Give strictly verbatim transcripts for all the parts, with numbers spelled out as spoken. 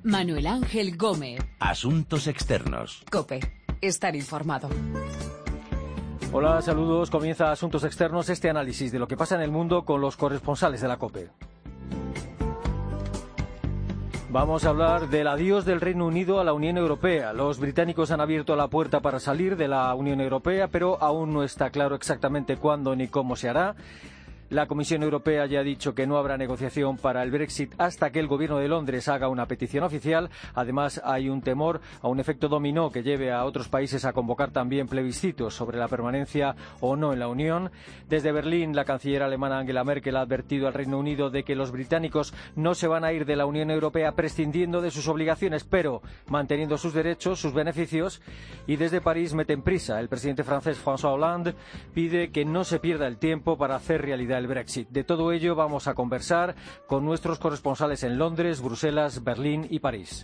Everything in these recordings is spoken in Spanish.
Manuel Ángel Gómez. Asuntos externos. COPE. Estar informado. Hola, saludos. Comienza Asuntos Externos, este análisis de lo que pasa en el mundo con los corresponsales de la COPE. Vamos a hablar del adiós del Reino Unido a la Unión Europea. Los británicos han abierto la puerta para salir de la Unión Europea, pero aún no está claro exactamente cuándo ni cómo se hará. La Comisión Europea ya ha dicho que no habrá negociación para el Brexit hasta que el Gobierno de Londres haga una petición oficial. Además, hay un temor a un efecto dominó que lleve a otros países a convocar también plebiscitos sobre la permanencia o no en la Unión. Desde Berlín, la canciller alemana Angela Merkel ha advertido al Reino Unido de que los británicos no se van a ir de la Unión Europea prescindiendo de sus obligaciones, pero manteniendo sus derechos, sus beneficios. Y desde París meten prisa. El presidente francés François Hollande pide que no se pierda el tiempo para hacer realidad el Brexit. De todo ello vamos a conversar con nuestros corresponsales en Londres, Bruselas, Berlín y París.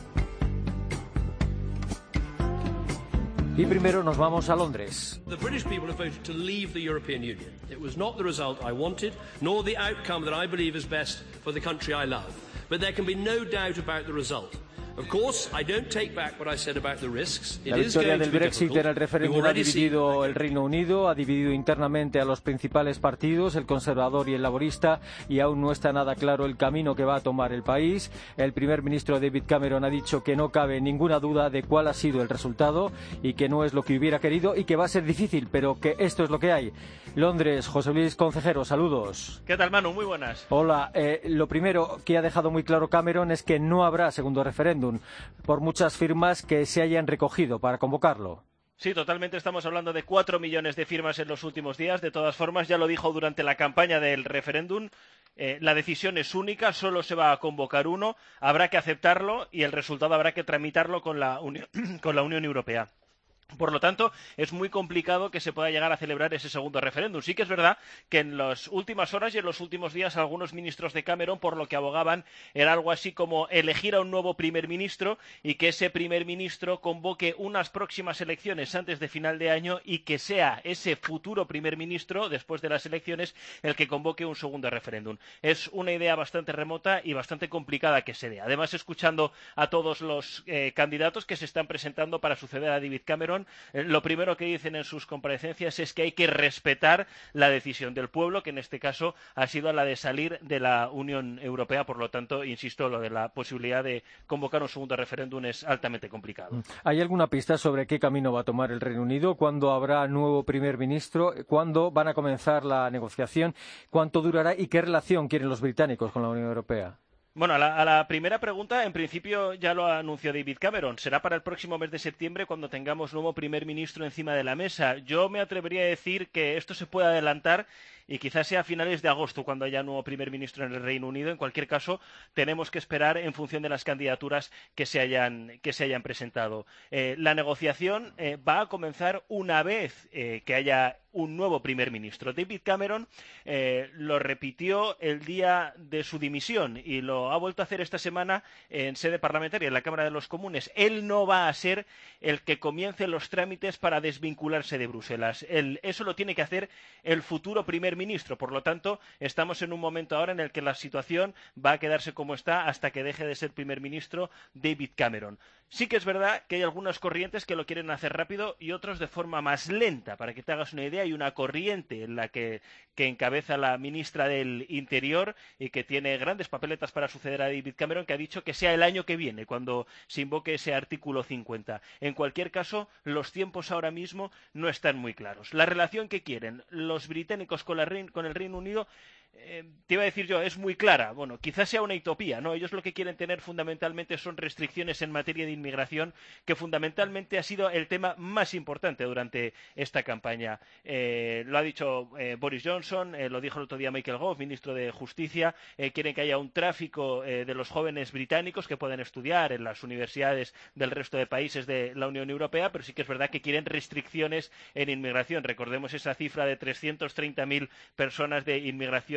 Y primero nos vamos a Londres. The British people have voted to leave the European Union. It was not the result I wanted, nor the outcome that I believe is best for the country I love. But there can be no doubt about the result. Of course, I don't take back what I said about the risks. La victoria del Brexit en el referéndum ha dividido el Reino Unido, ha dividido internamente a los principales partidos, el conservador y el laborista, y aún no está nada claro el camino que va a tomar el país. El primer ministro David Cameron ha dicho que no cabe ninguna duda de cuál ha sido el resultado y que no es lo que hubiera querido y que va a ser difícil, pero que esto es lo que hay. Londres, José Luis Concejero, saludos. ¿Qué tal, Manu? Muy buenas. Hola. Eh, lo primero que ha dejado muy claro Cameron es que no habrá segundo referéndum, por muchas firmas que se hayan recogido para convocarlo. Sí, totalmente. Estamos hablando de cuatro millones de firmas en los últimos días. De todas formas, ya lo dijo durante la campaña del referéndum, eh, la decisión es única, solo se va a convocar uno, habrá que aceptarlo y el resultado habrá que tramitarlo con la Unión, con la Unión Europea. Por lo tanto, es muy complicado que se pueda llegar a celebrar ese segundo referéndum. Sí que es verdad que en las últimas horas y en los últimos días algunos ministros de Cameron por lo que abogaban era algo así como elegir a un nuevo primer ministro y que ese primer ministro convoque unas próximas elecciones antes de final de año y que sea ese futuro primer ministro, después de las elecciones, el que convoque un segundo referéndum. Es una idea bastante remota y bastante complicada que se dé. Además, escuchando a todos los eh, candidatos que se están presentando para suceder a David Cameron, lo primero que dicen en sus comparecencias es que hay que respetar la decisión del pueblo, que en este caso ha sido la de salir de la Unión Europea. Por lo tanto, insisto, lo de la posibilidad de convocar un segundo referéndum es altamente complicado. ¿Hay alguna pista sobre qué camino va a tomar el Reino Unido? ¿Cuándo habrá nuevo primer ministro? ¿Cuándo van a comenzar la negociación? ¿Cuánto durará? ¿Y qué relación quieren los británicos con la Unión Europea? Bueno, a la, a la primera pregunta, en principio ya lo anunció David Cameron. Será para el próximo mes de septiembre cuando tengamos nuevo primer ministro encima de la mesa. Yo me atrevería a decir que esto se puede adelantar y quizás sea a finales de agosto cuando haya nuevo primer ministro en el Reino Unido. En cualquier caso, tenemos que esperar en función de las candidaturas que se hayan, que se hayan presentado. Eh, la negociación eh, va a comenzar una vez eh, que haya un nuevo primer ministro. David Cameron eh, lo repitió el día de su dimisión y lo ha vuelto a hacer esta semana en sede parlamentaria, en la Cámara de los Comunes. Él no va a ser el que comience los trámites para desvincularse de Bruselas. Él, eso lo tiene que hacer el futuro primer ministro. Por lo tanto, estamos en un momento ahora en el que la situación va a quedarse como está hasta que deje de ser primer ministro David Cameron. Sí que es verdad que hay algunas corrientes que lo quieren hacer rápido y otros de forma más lenta. Para que te hagas una idea, hay una corriente en la que, que encabeza la ministra del Interior y que tiene grandes papeletas para suceder a David Cameron, que ha dicho que sea el año que viene cuando se invoque ese artículo cincuenta. En cualquier caso, los tiempos ahora mismo no están muy claros. La relación que quieren los británicos con, la, con el Reino Unido, eh, te iba a decir yo, es muy clara. Bueno, quizás sea una utopía, ¿no? Ellos lo que quieren tener fundamentalmente son restricciones en materia de inmigración, que fundamentalmente ha sido el tema más importante durante esta campaña. Eh, lo ha dicho eh, Boris Johnson, eh, lo dijo el otro día Michael Gove, ministro de Justicia. Eh, quieren que haya un tráfico eh, de los jóvenes británicos que puedan estudiar en las universidades del resto de países de la Unión Europea, pero sí que es verdad que quieren restricciones en inmigración. Recordemos esa cifra de trescientas treinta mil personas de inmigración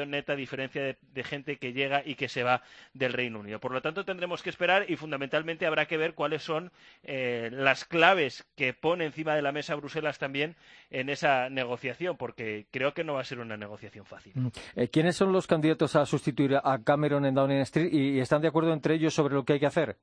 renovación neta, a diferencia de, de gente que llega y que se va del Reino Unido. Por lo tanto, tendremos que esperar y fundamentalmente habrá que ver cuáles son eh, las claves que pone encima de la mesa Bruselas también en esa negociación, porque creo que no va a ser una negociación fácil. Eh, ¿Quiénes son los candidatos a sustituir a Cameron en Downing Street y, y están de acuerdo entre ellos sobre lo que hay que hacer?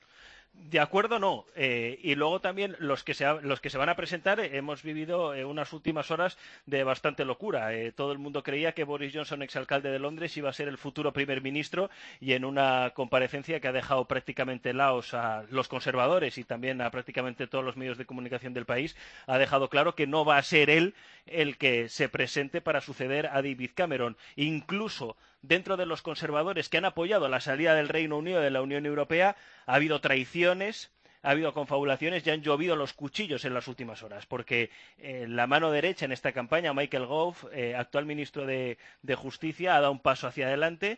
De acuerdo, no. Eh, y luego también los que se, los que se van a presentar, eh, hemos vivido eh, unas últimas horas de bastante locura. Eh, todo el mundo creía que Boris Johnson, exalcalde de Londres, iba a ser el futuro primer ministro y en una comparecencia que ha dejado prácticamente helados a los conservadores y también a prácticamente todos los medios de comunicación del país, ha dejado claro que no va a ser él el que se presente para suceder a David Cameron. Incluso dentro de los conservadores que han apoyado la salida del Reino Unido de la Unión Europea, ha habido traiciones, ha habido confabulaciones y han llovido los cuchillos en las últimas horas, porque eh, la mano derecha en esta campaña, Michael Gove, eh, actual ministro de, de Justicia, ha dado un paso hacia adelante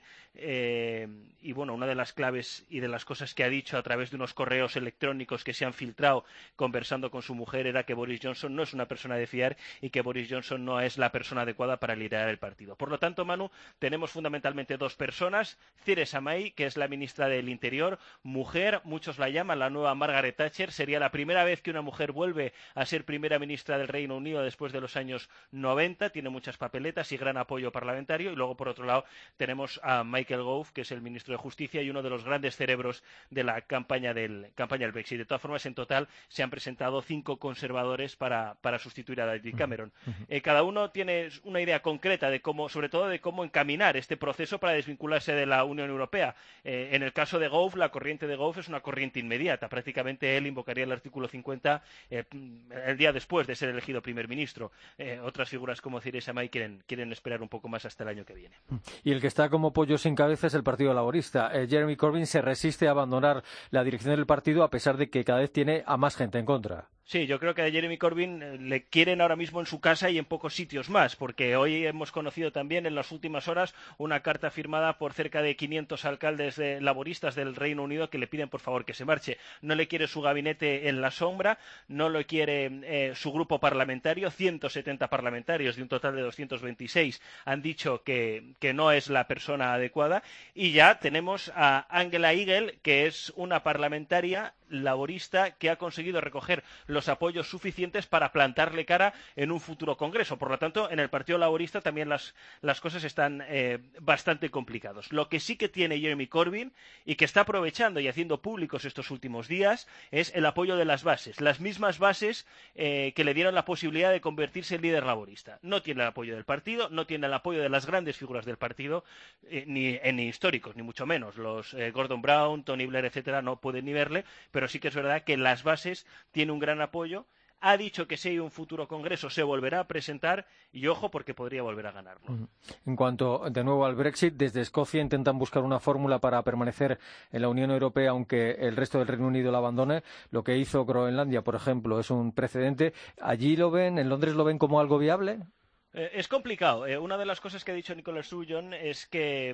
eh, y, bueno, una de las claves y de las cosas que ha dicho a través de unos correos electrónicos que se han filtrado conversando con su mujer era que Boris Johnson no es una persona de fiar y que Boris Johnson no es la persona adecuada para liderar el partido. Por lo tanto, Manu, tenemos fundamentalmente dos personas, Theresa May, que es la ministra del Interior, mujer, muchos la llaman la nueva Margaret Margaret Thatcher. Sería la primera vez que una mujer vuelve a ser primera ministra del Reino Unido después de los años noventa. Tiene muchas papeletas y gran apoyo parlamentario. Y luego, por otro lado, tenemos a Michael Gove, que es el ministro de Justicia y uno de los grandes cerebros de la campaña del, campaña del Brexit. De todas formas, en total se han presentado cinco conservadores para, para sustituir a David Cameron. Eh, cada uno tiene una idea concreta de cómo, sobre todo de cómo encaminar este proceso para desvincularse de la Unión Europea. Eh, en el caso de Gove, la corriente de Gove es una corriente inmediata. Prácticamente él invocaría el artículo cincuenta eh, el día después de ser elegido primer ministro. Eh, otras figuras como Theresa May quieren, quieren esperar un poco más hasta el año que viene. Y el que está como pollo sin cabeza es el Partido Laborista. Eh, Jeremy Corbyn se resiste a abandonar la dirección del partido a pesar de que cada vez tiene a más gente en contra. Sí, yo creo que a Jeremy Corbyn le quieren ahora mismo en su casa y en pocos sitios más, porque hoy hemos conocido también en las últimas horas una carta firmada por cerca de quinientos alcaldes de laboristas del Reino Unido que le piden por favor que se marche. No le quiere su gabinete en la sombra, no lo quiere eh, su grupo parlamentario, ciento setenta parlamentarios de un total de doscientos veintiséis han dicho que, que no es la persona adecuada, y ya tenemos a Angela Eagle, que es una parlamentaria laborista que ha conseguido recoger los apoyos suficientes para plantarle cara en un futuro Congreso. Por lo tanto, en el Partido Laborista también las, las cosas están eh, bastante complicadas. Lo que sí que tiene Jeremy Corbyn y que está aprovechando y haciendo públicos estos últimos días es el apoyo de las bases. Las mismas bases eh, que le dieron la posibilidad de convertirse en líder laborista. No tiene el apoyo del partido, no tiene el apoyo de las grandes figuras del partido, eh, ni, eh, ni históricos, ni mucho menos. Los eh, Gordon Brown, Tony Blair, etcétera, no pueden ni verle, pero sí que es verdad que las bases tienen un gran apoyo. Ha dicho que si hay un futuro Congreso se volverá a presentar y ojo porque podría volver a ganarlo. En cuanto de nuevo al Brexit, desde Escocia intentan buscar una fórmula para permanecer en la Unión Europea aunque el resto del Reino Unido la abandone. Lo que hizo Groenlandia, por ejemplo, es un precedente. ¿Allí lo ven, en Londres lo ven como algo viable? Eh, es complicado. Eh, una de las cosas que ha dicho Nicola Sturgeon es que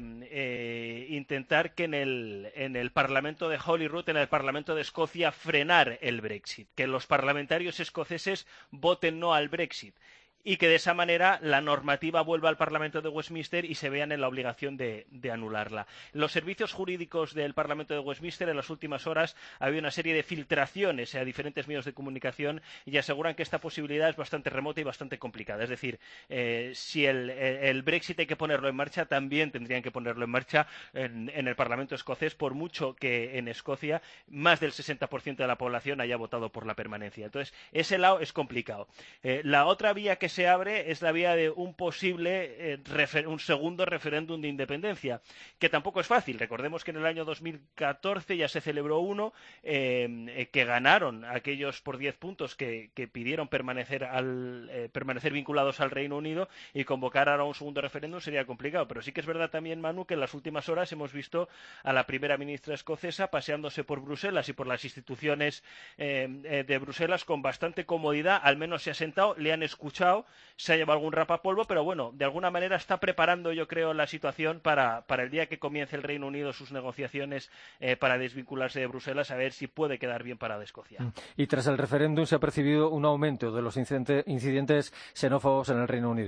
eh, intentar que en el, en el Parlamento de Holyrood, en el Parlamento de Escocia, frenar el Brexit, que los parlamentarios escoceses voten no al Brexit y que de esa manera la normativa vuelva al Parlamento de Westminster y se vean en la obligación de, de anularla. Los servicios jurídicos del Parlamento de Westminster en las últimas horas ha habido una serie de filtraciones a diferentes medios de comunicación y aseguran que esta posibilidad es bastante remota y bastante complicada. Es decir, eh, si el, el Brexit hay que ponerlo en marcha, también tendrían que ponerlo en marcha en, en el Parlamento escocés, por mucho que en Escocia más del sesenta por ciento de la población haya votado por la permanencia. Entonces, ese lado es complicado. Eh, la otra vía que se abre es la vía de un posible eh, refer- un segundo referéndum de independencia, que tampoco es fácil. Recordemos que en el año dos mil catorce ya se celebró uno eh, eh, que ganaron aquellos por diez puntos que, que pidieron permanecer al eh, permanecer vinculados al Reino Unido, y convocar ahora un segundo referéndum sería complicado. Pero sí que es verdad también, Manu, que en las últimas horas hemos visto a la primera ministra escocesa paseándose por Bruselas y por las instituciones eh, eh, de Bruselas con bastante comodidad. Al menos se ha sentado, le han escuchado, se ha llevado algún rapapolvo, pero bueno, de alguna manera está preparando, yo creo, la situación para, para el día que comience el Reino Unido sus negociaciones eh, para desvincularse de Bruselas, a ver si puede quedar bien parada Escocia. Y tras el referéndum se ha percibido un aumento de los incidente, incidentes xenófobos en el Reino Unido.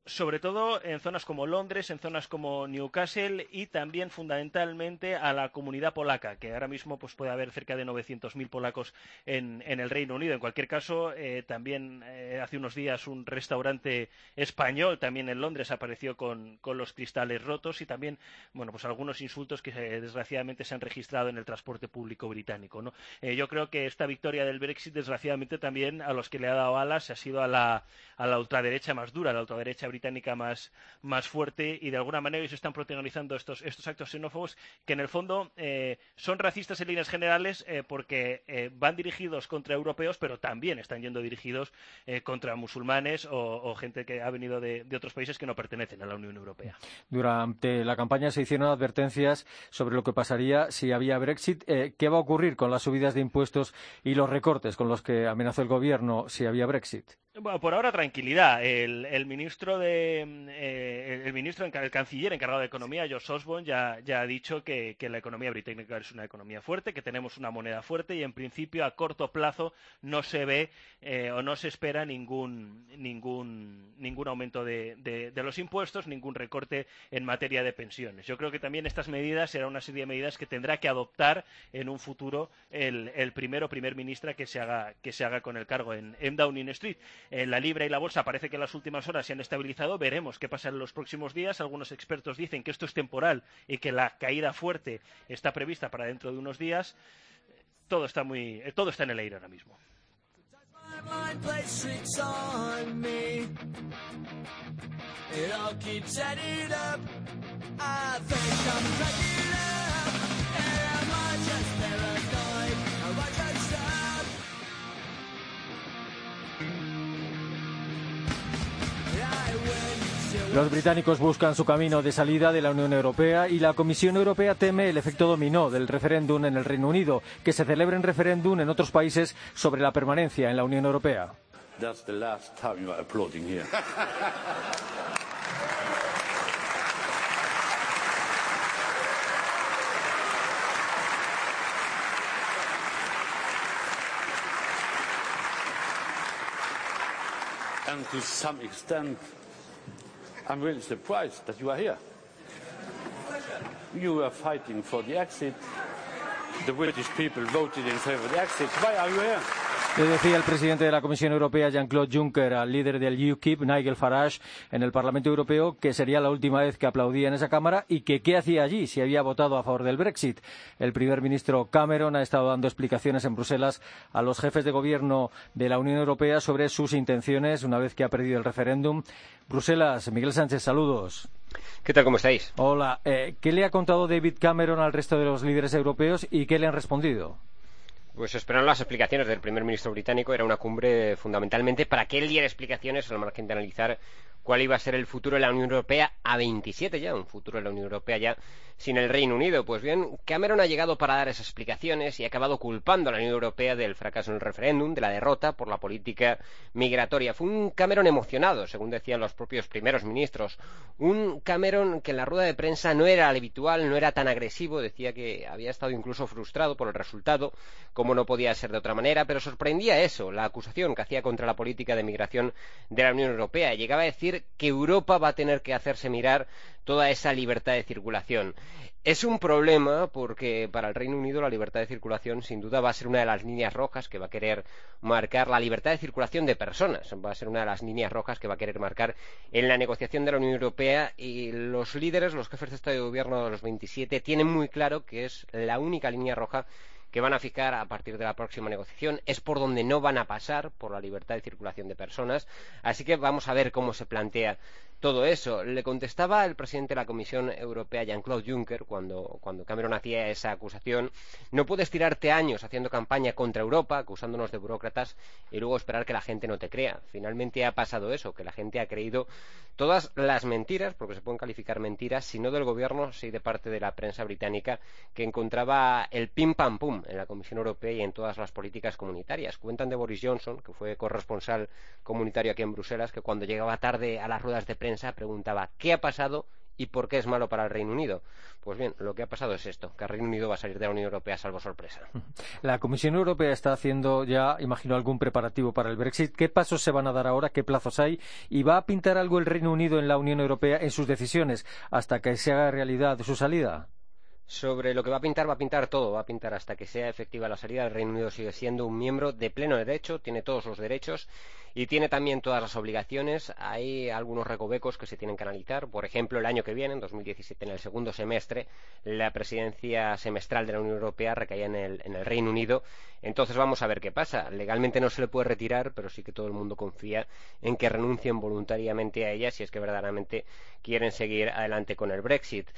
sobre todo en zonas como Londres, en zonas como Newcastle y también fundamentalmente a la comunidad polaca, que ahora mismo pues puede haber cerca de novecientos mil polacos en, en el Reino Unido. En cualquier caso, eh, también eh, hace unos días un restaurante español también en Londres apareció con, con los cristales rotos y también, bueno, pues algunos insultos que eh, desgraciadamente se han registrado en el transporte público británico, ¿no? Eh, yo creo que esta victoria del Brexit, desgraciadamente también a los que le ha dado alas ha sido a la, a la ultraderecha más dura, a la ultraderecha británica británica más, más fuerte, y de alguna manera ellos están protagonizando estos, estos actos xenófobos que en el fondo eh, son racistas en líneas generales eh, porque eh, van dirigidos contra europeos, pero también están yendo dirigidos eh, contra musulmanes o, o gente que ha venido de, de otros países que no pertenecen a la Unión Europea. Durante la campaña se hicieron advertencias sobre lo que pasaría si había Brexit. Eh, ¿Qué va a ocurrir con las subidas de impuestos y los recortes con los que amenazó el gobierno si había Brexit? Bueno, por ahora tranquilidad. El, el ministro de eh, el ministro, el canciller encargado de economía, Josh Osborne, ya, ya ha dicho que, que la economía británica es una economía fuerte, que tenemos una moneda fuerte y en principio a corto plazo no se ve eh, o no se espera ningún ningún ningún aumento de, de, de los impuestos, ningún recorte en materia de pensiones. Yo creo que también estas medidas serán una serie de medidas que tendrá que adoptar en un futuro el, el primero primer ministro que se haga que se haga con el cargo en, en Downing Street. En la libra y la bolsa parece que en las últimas horas se han estabilizado. Veremos qué pasa en los próximos días. Algunos expertos dicen que esto es temporal y que la caída fuerte está prevista para dentro de unos días. Todo está muy, todo está en el aire ahora mismo. Los británicos buscan su camino de salida de la Unión Europea y la Comisión Europea teme el efecto dominó del referéndum en el Reino Unido, que se celebren referéndum en otros países sobre la permanencia en la Unión Europea. That's the last time you are applauding here. And to some extent, I'm really surprised that you are here. You were fighting for the exit. The British people voted in favor of the exit. Why are you here? Le decía el presidente de la Comisión Europea, Jean-Claude Juncker, al líder del U K I P, Nigel Farage, en el Parlamento Europeo, que sería la última vez que aplaudía en esa Cámara y que qué hacía allí si había votado a favor del Brexit. El primer ministro Cameron ha estado dando explicaciones en Bruselas a los jefes de gobierno de la Unión Europea sobre sus intenciones una vez que ha perdido el referéndum. Bruselas, Miguel Sánchez, saludos. ¿Qué tal, cómo estáis? Hola. Eh, ¿Qué le ha contado David Cameron al resto de los líderes europeos y qué le han respondido? Pues esperaron las explicaciones del primer ministro británico. Era una cumbre fundamentalmente para que él diera explicaciones al margen de analizar cuál iba a ser el futuro de la Unión Europea a veintisiete ya, un futuro de la Unión Europea ya sin el Reino Unido. Pues bien, Cameron ha llegado para dar esas explicaciones y ha acabado culpando a la Unión Europea del fracaso en el referéndum, de la derrota por la política migratoria. Fue un Cameron emocionado, según decían los propios primeros ministros. Un Cameron que en la rueda de prensa no era el habitual, no era tan agresivo, decía que había estado incluso frustrado por el resultado, como no podía ser de otra manera, pero sorprendía eso, la acusación que hacía contra la política de migración de la Unión Europea. Llegaba a decir que Europa va a tener que hacerse mirar toda esa libertad de circulación. Es un problema porque para el Reino Unido la libertad de circulación sin duda va a ser una de las líneas rojas que va a querer marcar la libertad de circulación de personas. Va a ser una de las líneas rojas que va a querer marcar en la negociación de la Unión Europea, y los líderes, los jefes de Estado y de Gobierno de los veintisiete tienen muy claro que es la única línea roja que van a fijar a partir de la próxima negociación. Es por donde no van a pasar, por la libertad de circulación de personas. Así que vamos a ver cómo se plantea todo eso. Le contestaba el presidente de la Comisión Europea, Jean-Claude Juncker, cuando, cuando Cameron hacía esa acusación: no puedes tirarte años haciendo campaña contra Europa, acusándonos de burócratas, y luego esperar que la gente no te crea. Finalmente ha pasado eso, que la gente ha creído todas las mentiras, porque se pueden calificar mentiras, si no del gobierno, sí de parte de la prensa británica, que encontraba el pim pam pum en la Comisión Europea y en todas las políticas comunitarias. Cuentan de Boris Johnson, que fue corresponsal comunitario aquí en Bruselas, que cuando llegaba tarde a las ruedas de prensa preguntaba ¿qué ha pasado? ¿Y por qué es malo para el Reino Unido? Pues bien, lo que ha pasado es esto, que el Reino Unido va a salir de la Unión Europea salvo sorpresa. La Comisión Europea está haciendo ya, imagino, algún preparativo para el Brexit. ¿Qué pasos se van a dar ahora? ¿Qué plazos hay? ¿Y va a pintar algo el Reino Unido en la Unión Europea en sus decisiones hasta que se haga realidad su salida? Sobre lo que va a pintar, va a pintar todo, va a pintar hasta que sea efectiva la salida. El Reino Unido sigue siendo un miembro de pleno derecho, tiene todos los derechos y tiene también todas las obligaciones. Hay algunos recovecos que se tienen que analizar. Por ejemplo, el año que viene, en dos mil diecisiete, en el segundo semestre, la presidencia semestral de la Unión Europea recaía en el, en el Reino Unido. Entonces vamos a ver qué pasa. Legalmente no se le puede retirar, pero sí que todo el mundo confía en que renuncien voluntariamente a ella si es que verdaderamente quieren seguir adelante con el Brexit.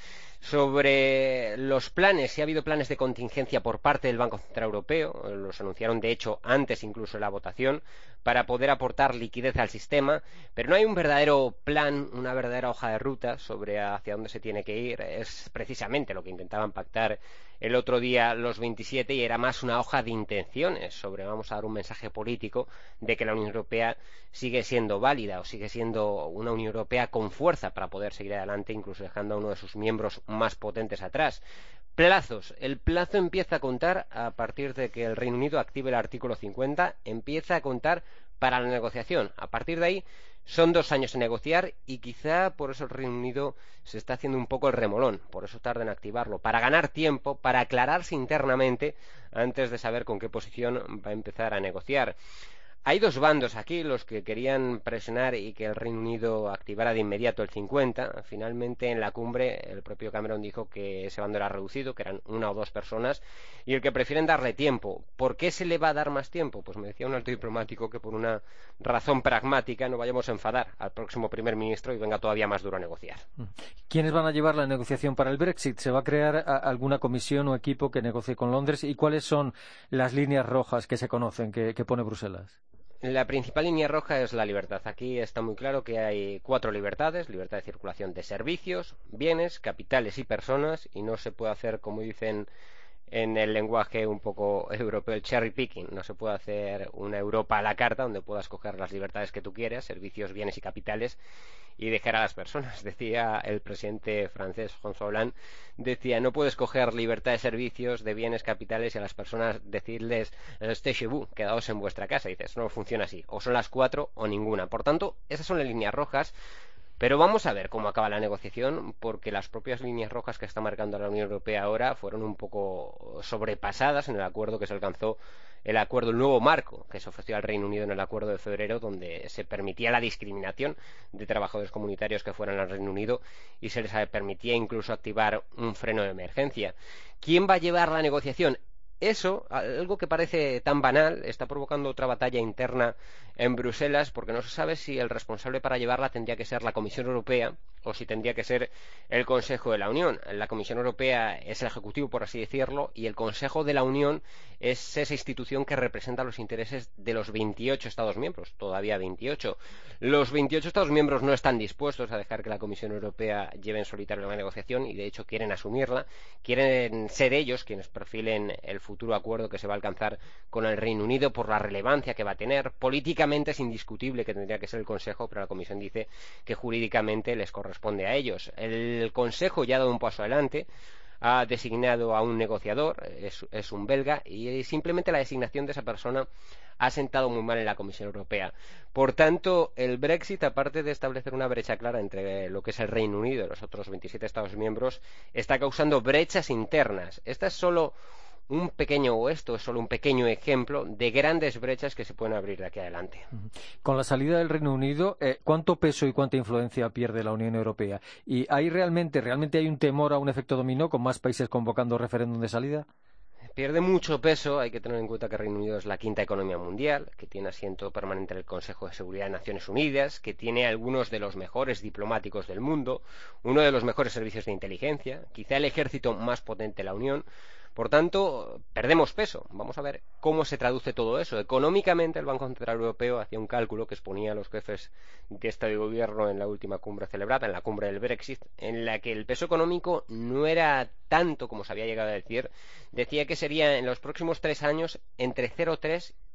Sobre los planes, si ha habido planes de contingencia por parte del Banco Central Europeo, los anunciaron de hecho antes incluso de la votación, para poder aportar liquidez al sistema, pero no hay un verdadero plan, una verdadera hoja de ruta sobre hacia dónde se tiene que ir. Es precisamente lo que intentaban pactar el otro día los veintisiete y era más una hoja de intenciones sobre vamos a dar un mensaje político de que la Unión Europea sigue siendo válida o sigue siendo una Unión Europea con fuerza para poder seguir adelante, incluso dejando a uno de sus miembros más potentes atrás. Plazos. El plazo empieza a contar a partir de que el Reino Unido active el artículo cincuenta, empieza a contar para la negociación. A partir de ahí son dos años en negociar y quizá por eso el Reino Unido se está haciendo un poco el remolón, por eso tarda en activarlo, para ganar tiempo, para aclararse internamente antes de saber con qué posición va a empezar a negociar. Hay dos bandos aquí, los que querían presionar y que el Reino Unido activara de inmediato el cincuenta. Finalmente, en la cumbre, el propio Cameron dijo que ese bando era reducido, que eran una o dos personas, y el que prefieren darle tiempo. ¿Por qué se le va a dar más tiempo? Pues me decía un alto diplomático que por una razón pragmática no vayamos a enfadar al próximo primer ministro y venga todavía más duro a negociar. ¿Quiénes van a llevar la negociación para el Brexit? ¿Se va a crear a, alguna comisión o equipo que negocie con Londres? ¿Y cuáles son las líneas rojas que se conocen, que, que pone Bruselas? La principal línea roja es la libertad. Aquí está muy claro que hay cuatro libertades: libertad de circulación de servicios, bienes, capitales y personas, y no se puede hacer, como dicen en el lenguaje un poco europeo, el cherry picking. No se puede hacer una Europa a la carta donde puedas coger las libertades que tú quieras, servicios, bienes y capitales, y dejar a las personas. Decía el presidente francés François Hollande, decía, no puedes coger libertad de servicios, de bienes, capitales y a las personas decirles restez chez vous, quedaos en vuestra casa. Y dices, no funciona así, o son las cuatro o ninguna. Por tanto, esas son las líneas rojas. Pero vamos a ver cómo acaba la negociación, porque las propias líneas rojas que está marcando la Unión Europea ahora fueron un poco sobrepasadas en el acuerdo que se alcanzó, el acuerdo, el nuevo marco que se ofreció al Reino Unido en el acuerdo de febrero, donde se permitía la discriminación de trabajadores comunitarios que fueran al Reino Unido y se les permitía incluso activar un freno de emergencia. ¿Quién va a llevar la negociación? Eso, algo que parece tan banal, está provocando otra batalla interna en Bruselas, porque no se sabe si el responsable para llevarla tendría que ser la Comisión Europea o si tendría que ser el Consejo de la Unión. La Comisión Europea es el Ejecutivo, por así decirlo, y el Consejo de la Unión es esa institución que representa los intereses de los veintiocho Estados miembros, todavía veintiocho. Los veintiocho Estados miembros no están dispuestos a dejar que la Comisión Europea lleve en solitario la negociación y, de hecho, quieren asumirla, quieren ser ellos quienes perfilen el futuro acuerdo que se va a alcanzar con el Reino Unido por la relevancia que va a tener. Políticamente es indiscutible que tendría que ser el Consejo, pero la Comisión dice que jurídicamente les corresponde a ellos. El Consejo ya ha dado un paso adelante, ha designado a un negociador, es, es un belga, y simplemente la designación de esa persona ha sentado muy mal en la Comisión Europea. Por tanto, el Brexit, aparte de establecer una brecha clara entre lo que es el Reino Unido y los otros veintisiete Estados miembros, está causando brechas internas. Esta es solo un pequeño, o esto es solo un pequeño ejemplo de grandes brechas que se pueden abrir de aquí adelante. Con la salida del Reino Unido, eh, ¿cuánto peso y cuánta influencia pierde la Unión Europea? ¿Y hay realmente, realmente hay un temor a un efecto dominó con más países convocando referéndum de salida? Pierde mucho peso. Hay que tener en cuenta que el Reino Unido es la quinta economía mundial, que tiene asiento permanente en el Consejo de Seguridad de Naciones Unidas, que tiene algunos de los mejores diplomáticos del mundo, uno de los mejores servicios de inteligencia, quizá el ejército más potente de la Unión. Por tanto, perdemos peso. Vamos a ver cómo se traduce todo eso. Económicamente, el Banco Central Europeo hacía un cálculo que exponía a los jefes de Estado y Gobierno en la última cumbre celebrada, en la cumbre del Brexit, en la que el peso económico no era tanto como se había llegado a decir. Decía que sería en los próximos tres años entre cero coma tres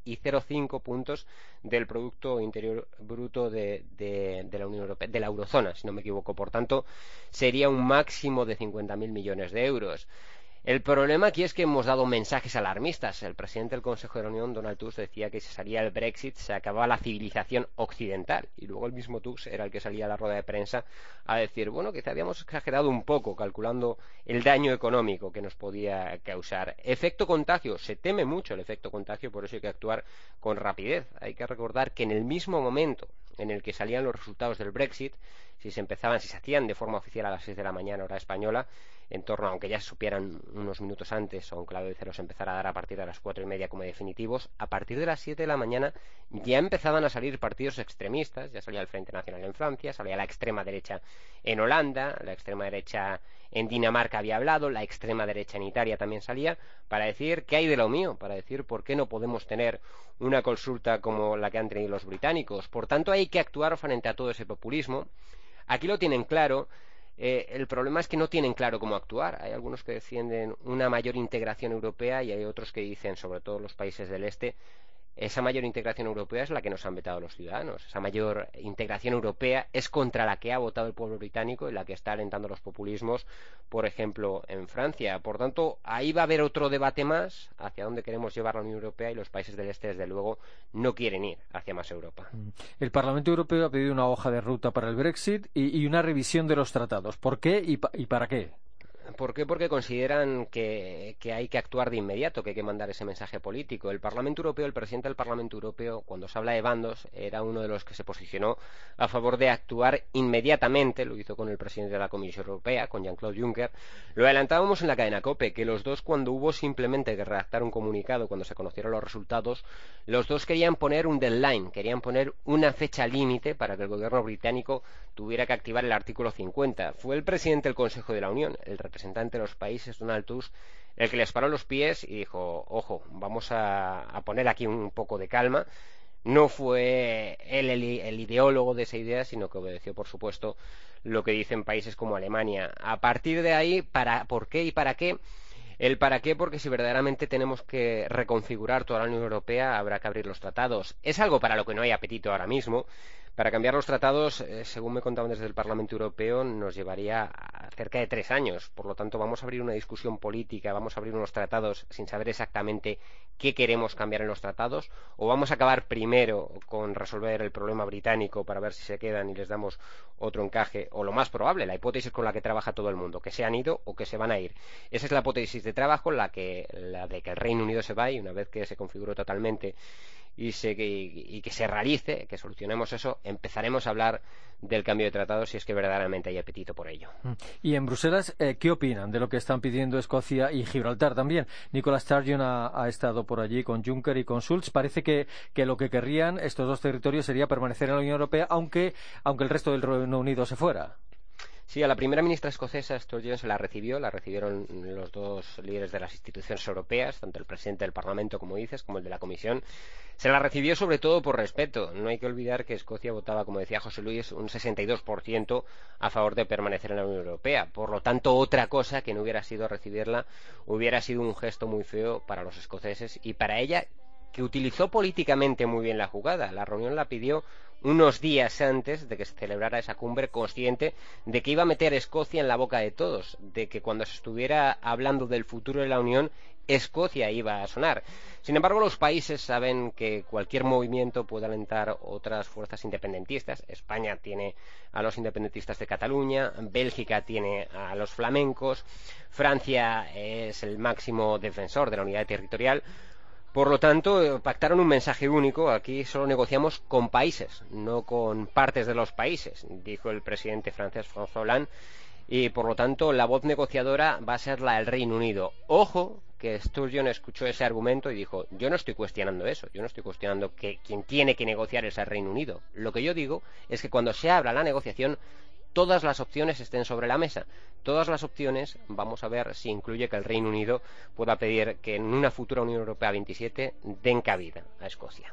y cero coma cinco puntos del Producto Interior Bruto de, de, de la Unión Europea, de la eurozona, si no me equivoco. Por tanto, sería un máximo de cincuenta mil millones de euros. El problema aquí es que hemos dado mensajes alarmistas. El presidente del Consejo de la Unión, Donald Tusk, decía que si salía el Brexit se acababa la civilización occidental. Y luego el mismo Tusk era el que salía a la rueda de prensa a decir, bueno, que habíamos exagerado un poco calculando el daño económico que nos podía causar. Efecto contagio. Se teme mucho el efecto contagio, por eso hay que actuar con rapidez. Hay que recordar que en el mismo momento en el que salían los resultados del Brexit, si se empezaban, si se hacían de forma oficial a las seis de la mañana hora española, en torno, aunque ya se supieran unos minutos antes, o aunque la B B C los empezara a dar a partir de las cuatro y media como definitivos, a partir de las siete de la mañana ya empezaban a salir partidos extremistas. Ya salía el Frente Nacional en Francia, salía la extrema derecha en Holanda, la extrema derecha en Dinamarca había hablado, la extrema derecha en Italia también salía, para decir qué hay de lo mío, para decir por qué no podemos tener una consulta como la que han tenido los británicos. Por tanto, hay que actuar frente a todo ese populismo. Aquí lo tienen claro. Eh, el problema es que no tienen claro cómo actuar. Hay algunos que defienden una mayor integración europea y hay otros que dicen, sobre todo los países del este, esa mayor integración europea es la que nos han vetado los ciudadanos. Esa mayor integración europea es contra la que ha votado el pueblo británico y la que está alentando los populismos, por ejemplo, en Francia. Por tanto, ahí va a haber otro debate más hacia dónde queremos llevar la Unión Europea, y los países del este, desde luego, no quieren ir hacia más Europa. El Parlamento Europeo ha pedido una hoja de ruta para el Brexit y, y una revisión de los tratados. ¿Por qué y, pa y para qué? ¿Por qué? Porque consideran que, que hay que actuar de inmediato, que hay que mandar ese mensaje político. El Parlamento Europeo, el presidente del Parlamento Europeo, cuando se habla de bandos, era uno de los que se posicionó a favor de actuar inmediatamente. Lo hizo con el presidente de la Comisión Europea, con Jean-Claude Juncker. Lo adelantábamos en la cadena COPE, que los dos, cuando hubo simplemente que redactar un comunicado, cuando se conocieron los resultados, los dos querían poner un deadline, querían poner una fecha límite para que el gobierno británico tuviera que activar el artículo cincuenta. Fue el presidente del Consejo de la Unión, el representante de los países, Donald Tusk, el que les paró los pies y dijo, ojo, vamos a, a poner aquí un poco de calma. No fue él el, el ideólogo de esa idea, sino que obedeció, por supuesto, lo que dicen países como Alemania. A partir de ahí, para, ¿por qué y para qué? El para qué, porque si verdaderamente tenemos que reconfigurar toda la Unión Europea, habrá que abrir los tratados. Es algo para lo que no hay apetito ahora mismo. Para cambiar los tratados, eh, según me contaban desde el Parlamento Europeo, nos llevaría a cerca de tres años. Por lo tanto, vamos a abrir una discusión política, vamos a abrir unos tratados sin saber exactamente qué queremos cambiar en los tratados, o vamos a acabar primero con resolver el problema británico para ver si se quedan y les damos otro encaje, o lo más probable, la hipótesis con la que trabaja todo el mundo, que se han ido o que se van a ir. Esa es la hipótesis de trabajo, la, que, la de que el Reino Unido se va, y una vez que se configuró totalmente y, se, y, y que se realice, que solucionemos eso, empezaremos a hablar del cambio de tratado si es que verdaderamente hay apetito por ello. Y en Bruselas, eh, ¿qué opinan de lo que están pidiendo Escocia y Gibraltar también? Nicola Sturgeon ha, ha estado por allí con Juncker y con Schulz. Parece que, que lo que querrían estos dos territorios sería permanecer en la Unión Europea, aunque, aunque el resto del Reino Unido se fuera. Sí, a la primera ministra escocesa, Sturgeon, se la recibió, la recibieron los dos líderes de las instituciones europeas, tanto el presidente del Parlamento, como dices, como el de la Comisión. Se la recibió sobre todo por respeto. No hay que olvidar que Escocia votaba, como decía José Luis, un sesenta y dos por ciento a favor de permanecer en la Unión Europea. Por lo tanto, otra cosa que no hubiera sido recibirla hubiera sido un gesto muy feo para los escoceses y para ella, que utilizó políticamente muy bien la jugada. La reunión la pidió unos días antes de que se celebrara esa cumbre, consciente de que iba a meter Escocia en la boca de todos, de que cuando se estuviera hablando del futuro de la Unión, Escocia iba a sonar. Sin embargo, los países saben que cualquier movimiento puede alentar otras fuerzas independentistas. España tiene a los independentistas de Cataluña, Bélgica tiene a los flamencos, Francia es el máximo defensor de la unidad territorial. Por lo tanto, pactaron un mensaje único. Aquí solo negociamos con países, no con partes de los países, dijo el presidente francés François Hollande, y por lo tanto la voz negociadora va a ser la del Reino Unido. Ojo, que Sturgeon escuchó ese argumento y dijo, yo no estoy cuestionando eso, yo no estoy cuestionando que quien tiene que negociar es el Reino Unido. Lo que yo digo es que cuando se abra la negociación, todas las opciones estén sobre la mesa. Todas las opciones, vamos a ver si incluye que el Reino Unido pueda pedir que en una futura Unión Europea veintisiete den cabida a Escocia.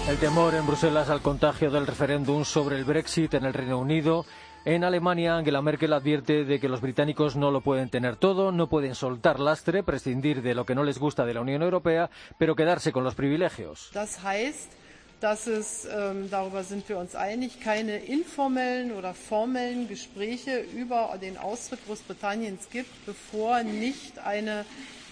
El temor en Bruselas al contagio del referéndum sobre el Brexit en el Reino Unido. En Alemania, Angela Merkel advierte de que los británicos no lo pueden tener todo, no pueden soltar lastre, prescindir de lo que no les gusta de la Unión Europea, pero quedarse con los privilegios. Das heißt, dass es, ähm, darüber sind wir uns einig, keine informellen oder formellen Gespräche über den Austritt Großbritanniens gibt, bevor nicht eine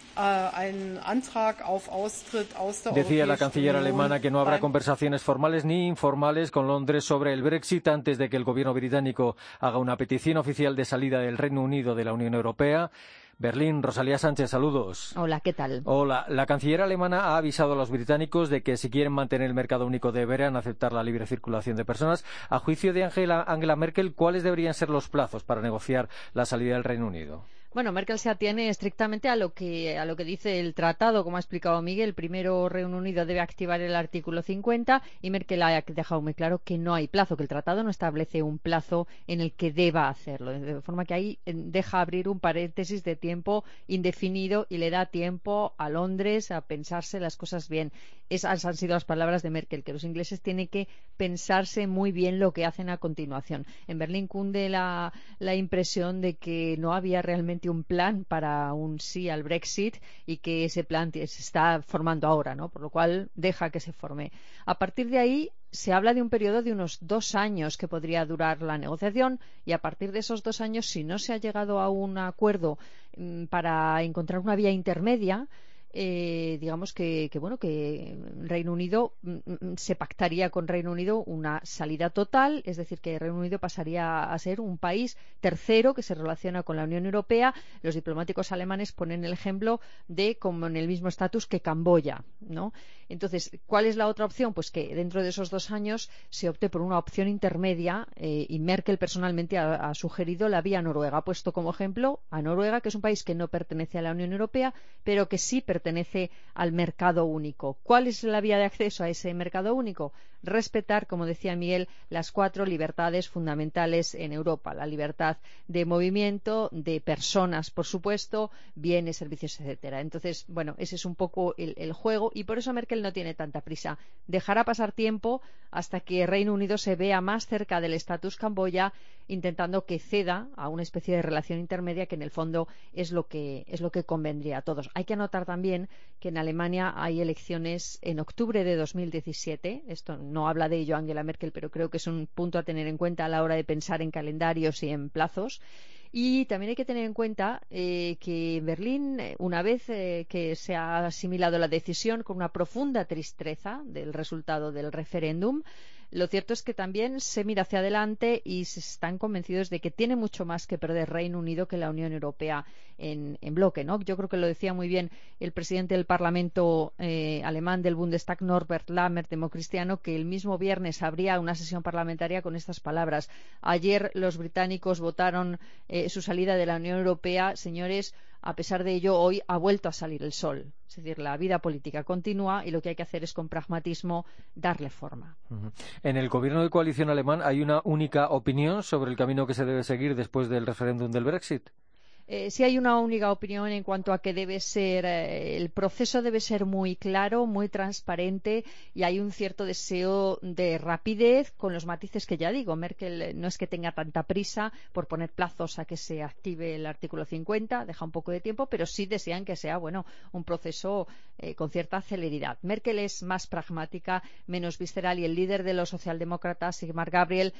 Decía la canciller alemana que no habrá conversaciones formales ni informales con Londres sobre el Brexit antes de que el gobierno británico haga una petición oficial de salida del Reino Unido de la Unión Europea. Berlín, Rosalía Sánchez, saludos. Hola, ¿qué tal? Hola. La canciller alemana ha avisado a los británicos de que si quieren mantener el mercado único deberán aceptar la libre circulación de personas. A juicio de Angela, Angela Merkel, ¿cuáles deberían ser los plazos para negociar la salida del Reino Unido? Bueno, Merkel se atiene estrictamente a lo que a lo que dice el tratado, como ha explicado Miguel. Primero, Reino Unido debe activar el artículo cincuenta y Merkel ha dejado muy claro que no hay plazo, que el tratado no establece un plazo en el que deba hacerlo, de forma que ahí deja abrir un paréntesis de tiempo indefinido y le da tiempo a Londres a pensarse las cosas bien. Esas han sido las palabras de Merkel, que los ingleses tienen que pensarse muy bien lo que hacen a continuación. En Berlín cunde la, la impresión de que no había realmente un plan para un sí al Brexit y que ese plan se está formando ahora, ¿no? Por lo cual deja que se forme. A partir de ahí se habla de un periodo de unos dos años que podría durar la negociación y a partir de esos dos años, si no se ha llegado a un acuerdo mmm, para encontrar una vía intermedia, Eh, digamos que, que bueno que Reino Unido mm, se pactaría con Reino Unido una salida total, es decir, que Reino Unido pasaría a ser un país tercero que se relaciona con la Unión Europea. Los diplomáticos alemanes ponen el ejemplo de como en el mismo estatus que Camboya, ¿no? Entonces, ¿cuál es la otra opción? Pues que dentro de esos dos años se opte por una opción intermedia eh, y Merkel personalmente ha, ha sugerido la vía Noruega. Ha puesto como ejemplo a Noruega, que es un país que no pertenece a la Unión Europea, pero que sí pertenece pertenece al mercado único. ¿Cuál es la vía de acceso a ese mercado único? Respetar, como decía Miguel, las cuatro libertades fundamentales en Europa. La libertad de movimiento, de personas, por supuesto, bienes, servicios, etcétera. Entonces, bueno, ese es un poco el, el juego y por eso Merkel no tiene tanta prisa. Dejará pasar tiempo hasta que Reino Unido se vea más cerca del estatus Camboya, intentando que ceda a una especie de relación intermedia que en el fondo es lo que, es lo que convendría a todos. Hay que anotar también que en Alemania hay elecciones en octubre de dos mil diecisiete. Esto no habla de ello Angela Merkel, pero creo que es un punto a tener en cuenta a la hora de pensar en calendarios y en plazos. Y también hay que tener en cuenta eh, que en Berlín, una vez eh, que se ha asimilado la decisión con una profunda tristeza del resultado del referéndum, lo cierto es que también se mira hacia adelante y se están convencidos de que tiene mucho más que perder Reino Unido que la Unión Europea en, en bloque, ¿no? Yo creo que lo decía muy bien el presidente del Parlamento eh, alemán del Bundestag, Norbert Lammert, democristiano, que el mismo viernes habría una sesión parlamentaria con estas palabras. Ayer los británicos votaron eh, su salida de la Unión Europea. Señores, a pesar de ello, hoy ha vuelto a salir el sol. Es decir, la vida política continúa y lo que hay que hacer es, con pragmatismo, darle forma. Uh-huh. En el gobierno de coalición alemán hay una única opinión sobre el camino que se debe seguir después del referéndum del Brexit. Eh, sí hay una única opinión en cuanto a que debe ser eh, el proceso debe ser muy claro, muy transparente y hay un cierto deseo de rapidez con los matices que ya digo. Merkel no es que tenga tanta prisa por poner plazos a que se active el artículo cincuenta, deja un poco de tiempo, pero sí desean que sea bueno un proceso eh, con cierta celeridad. Merkel es más pragmática, menos visceral y el líder de los socialdemócratas, Sigmar Gabriel,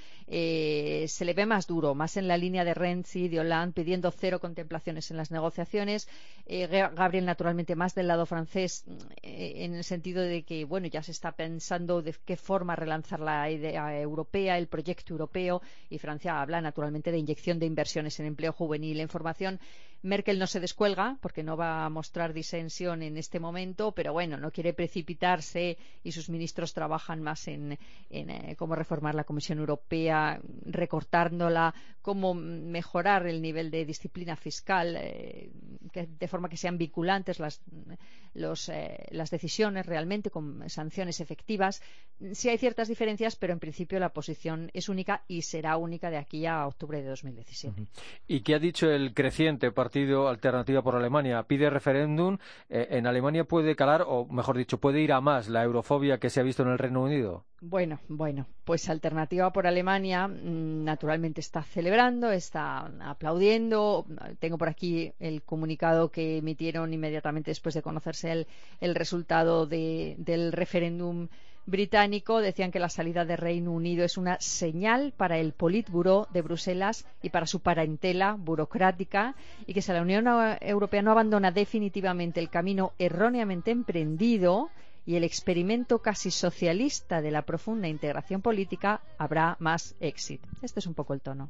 eh, se le ve más duro, más en la línea de Renzi, de Hollande, pidiendo cero contemplaciones en las negociaciones. eh, Gabriel naturalmente más del lado francés eh, en el sentido de que bueno ya se está pensando de qué forma relanzar la idea europea, el proyecto europeo, y Francia habla naturalmente de inyección de inversiones en empleo juvenil, en formación. Merkel no se descuelga porque no va a mostrar disensión en este momento, pero bueno, no quiere precipitarse y sus ministros trabajan más en, en eh, cómo reformar la Comisión Europea, recortándola, cómo mejorar el nivel de disciplina fiscal, eh, que, de forma que sean vinculantes las, los, eh, las decisiones realmente con sanciones efectivas. Sí hay ciertas diferencias, pero en principio la posición es única y será única de aquí a octubre de dos mil diecisiete. ¿Y qué ha dicho el creciente partido partido Alternativa por Alemania pide referéndum, eh, ¿en Alemania puede calar, o mejor dicho, puede ir a más la eurofobia que se ha visto en el Reino Unido? Bueno, bueno, pues Alternativa por Alemania naturalmente está celebrando, está aplaudiendo. Tengo por aquí el comunicado que emitieron inmediatamente después de conocerse el, el resultado de, del referéndum británico. Decían que la salida del Reino Unido es una señal para el Politburó de Bruselas y para su parentela burocrática, y que si la Unión Europea no abandona definitivamente el camino erróneamente emprendido y el experimento casi socialista de la profunda integración política, habrá más éxito. Este es un poco el tono.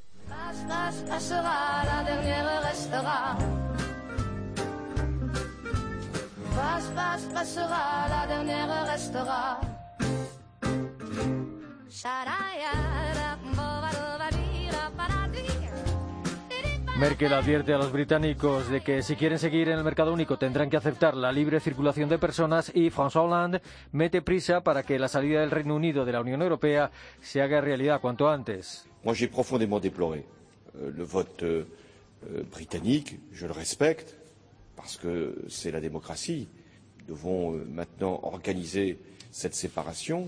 Merkel advierte a los británicos de que si quieren seguir en el mercado único tendrán que aceptar la libre circulación de personas, y François Hollande mete prisa para que la salida del Reino Unido de la Unión Europea se haga realidad cuanto antes. Moi, j'ai profondément déploré euh, le vote euh, britannique. Je le respecte parce que c'est la démocratie. Nous devons euh, maintenant organiser cette séparation.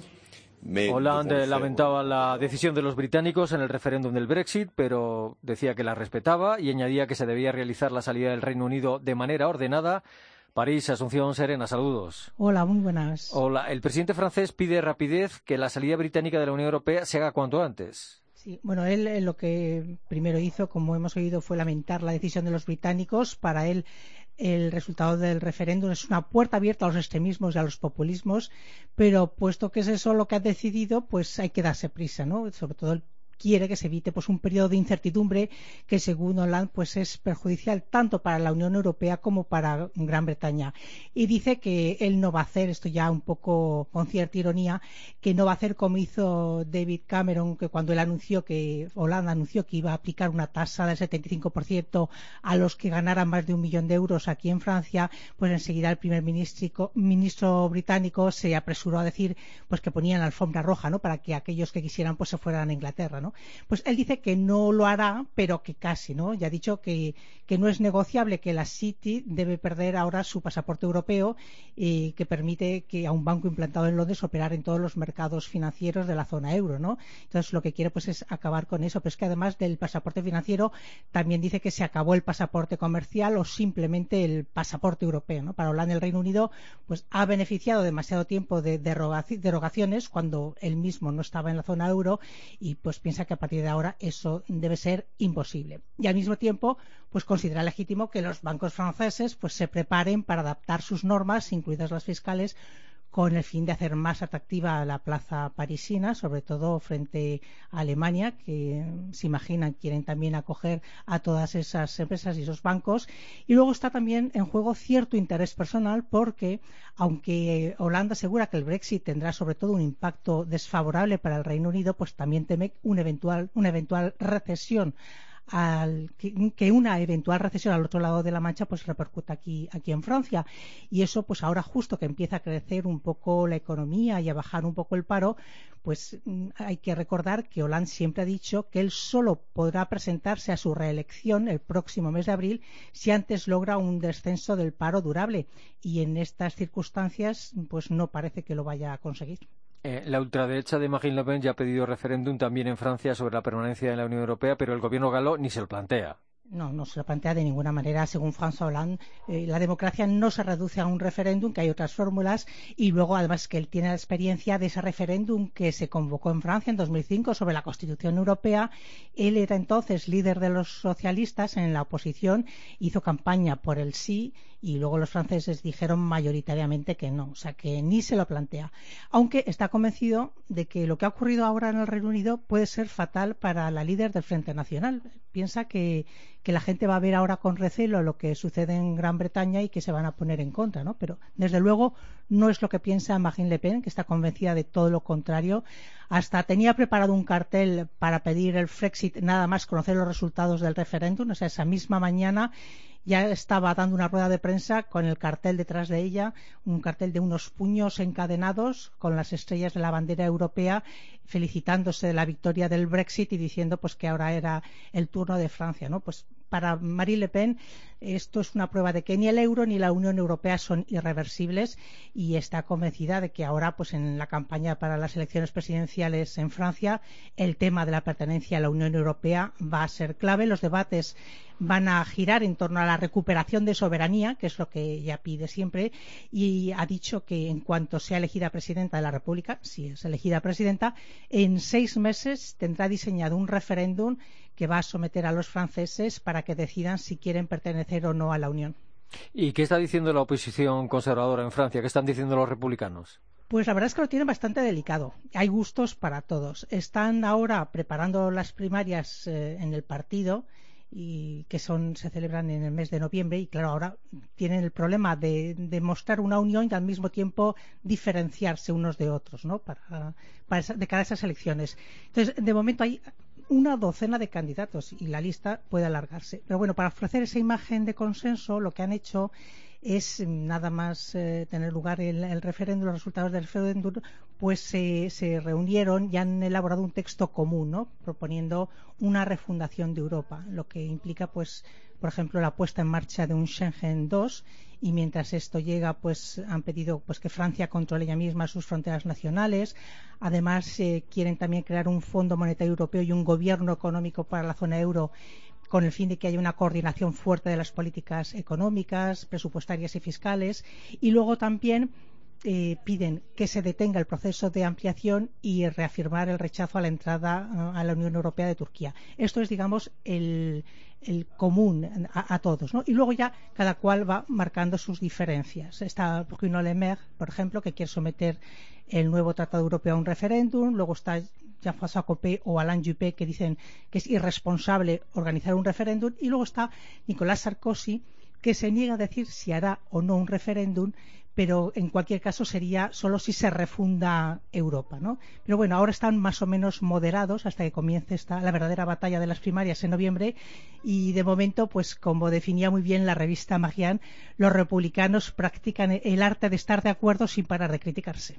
Hollande lamentaba la decisión de los británicos en el referéndum del Brexit, pero decía que la respetaba y añadía que se debía realizar la salida del Reino Unido de manera ordenada. París, Asunción Serena, saludos. Hola, muy buenas. Hola, el presidente francés pide rapidez, que la salida británica de la Unión Europea se haga cuanto antes. Sí, bueno, él, él lo que primero hizo, como hemos oído, fue lamentar la decisión de los británicos. Para él, el resultado del referéndum es una puerta abierta a los extremismos y a los populismos, pero puesto que es eso lo que ha decidido, pues hay que darse prisa, ¿no? Sobre todo el quiere que se evite pues un periodo de incertidumbre que, según Hollande, pues es perjudicial tanto para la Unión Europea como para Gran Bretaña. Y dice que él no va a hacer, esto ya un poco con cierta ironía, que no va a hacer como hizo David Cameron, que cuando él anunció que Hollande anunció que iba a aplicar una tasa del setenta y cinco por ciento a los que ganaran más de un millón de euros aquí en Francia, pues enseguida el primer ministro, ministro británico se apresuró a decir pues que ponían la alfombra roja, ¿no?, para que aquellos que quisieran pues se fueran a Inglaterra, ¿no? Pues él dice que no lo hará, pero que casi, ¿no? Ya ha dicho que, que no es negociable, que la City debe perder ahora su pasaporte europeo, y que permite que a un banco implantado en Londres operar en todos los mercados financieros de la zona euro, ¿no? Entonces lo que quiere pues es acabar con eso, pero es que además del pasaporte financiero también dice que se acabó el pasaporte comercial o simplemente el pasaporte europeo, ¿no? Para Hollande, el Reino Unido pues ha beneficiado demasiado tiempo de derogaciones cuando él mismo no estaba en la zona euro, y pues piensa que a partir de ahora eso debe ser imposible. Y al mismo tiempo pues considera legítimo que los bancos franceses pues se preparen para adaptar sus normas, incluidas las fiscales, con el fin de hacer más atractiva la plaza parisina, sobre todo frente a Alemania, que se imaginan quieren también acoger a todas esas empresas y esos bancos. Y luego está también en juego cierto interés personal, porque aunque Hollande asegura que el Brexit tendrá sobre todo un impacto desfavorable para el Reino Unido, pues también teme un eventual, una eventual recesión. Al, que, que una eventual recesión al otro lado de la Mancha pues repercuta aquí, aquí en Francia, y eso pues ahora justo que empieza a crecer un poco la economía y a bajar un poco el paro, pues hay que recordar que Hollande siempre ha dicho que él solo podrá presentarse a su reelección el próximo mes de abril si antes logra un descenso del paro durable, y en estas circunstancias pues no parece que lo vaya a conseguir. Eh, la ultraderecha de Marine Le Pen ya ha pedido referéndum también en Francia sobre la permanencia en la Unión Europea, pero el gobierno galo ni se lo plantea. No, no se lo plantea de ninguna manera. Según François Hollande, eh, la democracia no se reduce a un referéndum, que hay otras fórmulas, y luego además que él tiene la experiencia de ese referéndum que se convocó en Francia en dos mil cinco sobre la Constitución Europea. Él era entonces líder de los socialistas en la oposición, hizo campaña por el sí, y luego los franceses dijeron mayoritariamente que no, o sea que ni se lo plantea, aunque está convencido de que lo que ha ocurrido ahora en el Reino Unido puede ser fatal para la líder del Frente Nacional. Piensa que, que la gente va a ver ahora con recelo lo que sucede en Gran Bretaña y que se van a poner en contra, ¿no? Pero desde luego no es lo que piensa Marine Le Pen, que está convencida de todo lo contrario. Hasta tenía preparado un cartel para pedir el Brexit nada más conocer los resultados del referéndum, o sea, esa misma mañana ya estaba dando una rueda de prensa con el cartel detrás de ella, un cartel de unos puños encadenados con las estrellas de la bandera europea, felicitándose de la victoria del Brexit y diciendo pues que ahora era el turno de Francia, ¿no? Pues para Marine Le Pen esto es una prueba de que ni el euro ni la Unión Europea son irreversibles y está convencida de que ahora, pues en la campaña para las elecciones presidenciales en Francia, el tema de la pertenencia a la Unión Europea va a ser clave. Los debates van a girar en torno a la recuperación de soberanía, que es lo que ella pide siempre, y ha dicho que en cuanto sea elegida presidenta de la República, si es elegida presidenta, en seis meses tendrá diseñado un referéndum que va a someter a los franceses para que decidan si quieren pertenecer o no a la Unión. ¿Y qué está diciendo la oposición conservadora en Francia? ¿Qué están diciendo los republicanos? Pues la verdad es que lo tienen bastante delicado. Hay gustos para todos. Están ahora preparando las primarias eh, en el partido, y que son se celebran en el mes de noviembre, y claro, ahora tienen el problema de, de mostrar una unión y al mismo tiempo diferenciarse unos de otros, ¿no? Para, para esa, de cara a esas elecciones. Entonces, de momento hay una docena de candidatos y la lista puede alargarse. Pero bueno, para ofrecer esa imagen de consenso, lo que han hecho es nada más eh, tener lugar el, el referéndum, los resultados del referéndum, pues se, se reunieron y han elaborado un texto común, ¿no? Proponiendo una refundación de Europa, lo que implica, pues, por ejemplo, la puesta en marcha de un Schengen dos, y mientras esto llega, pues han pedido pues que Francia controle ella misma sus fronteras nacionales. Además, eh, quieren también crear un Fondo Monetario Europeo y un gobierno económico para la zona euro, con el fin de que haya una coordinación fuerte de las políticas económicas, presupuestarias y fiscales. Y luego también eh, piden que se detenga el proceso de ampliación y reafirmar el rechazo a la entrada uh, a la Unión Europea de Turquía. Esto es, digamos, el, el común a, a todos, ¿no? Y luego ya cada cual va marcando sus diferencias. Está Bruno Le Maire, por ejemplo, que quiere someter el nuevo Tratado Europeo a un referéndum. Luego está Jean-François Copé o Alain Juppé, que dicen que es irresponsable organizar un referéndum. Y luego está Nicolas Sarkozy, que se niega a decir si hará o no un referéndum, pero en cualquier caso sería solo si se refunda Europa, ¿no? Pero bueno, ahora están más o menos moderados hasta que comience esta, la verdadera batalla de las primarias en noviembre, y de momento, pues como definía muy bien la revista Marianne, los republicanos practican el arte de estar de acuerdo sin parar de criticarse.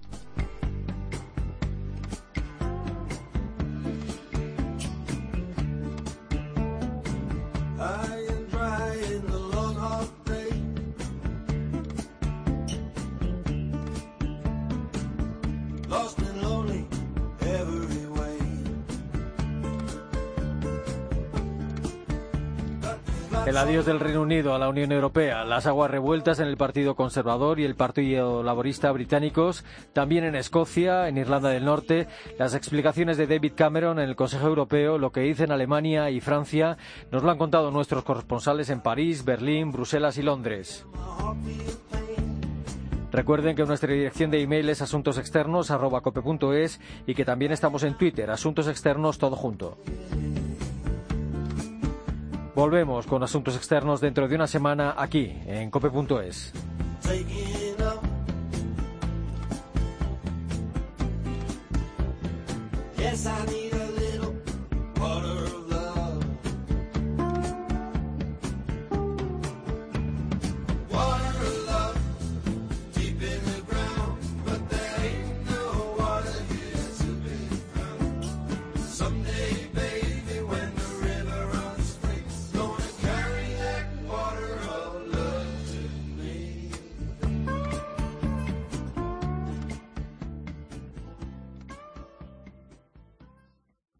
El adiós del Reino Unido a la Unión Europea, las aguas revueltas en el Partido Conservador y el Partido Laborista británicos, también en Escocia, en Irlanda del Norte, las explicaciones de David Cameron en el Consejo Europeo, lo que dicen Alemania y Francia, nos lo han contado nuestros corresponsales en París, Berlín, Bruselas y Londres. Recuerden que nuestra dirección de email es asuntosexternos arroba cope punto es y que también estamos en Twitter, Asuntos Externos todo junto. Volvemos con Asuntos Externos dentro de una semana aquí, en cope punto es. Yes, I need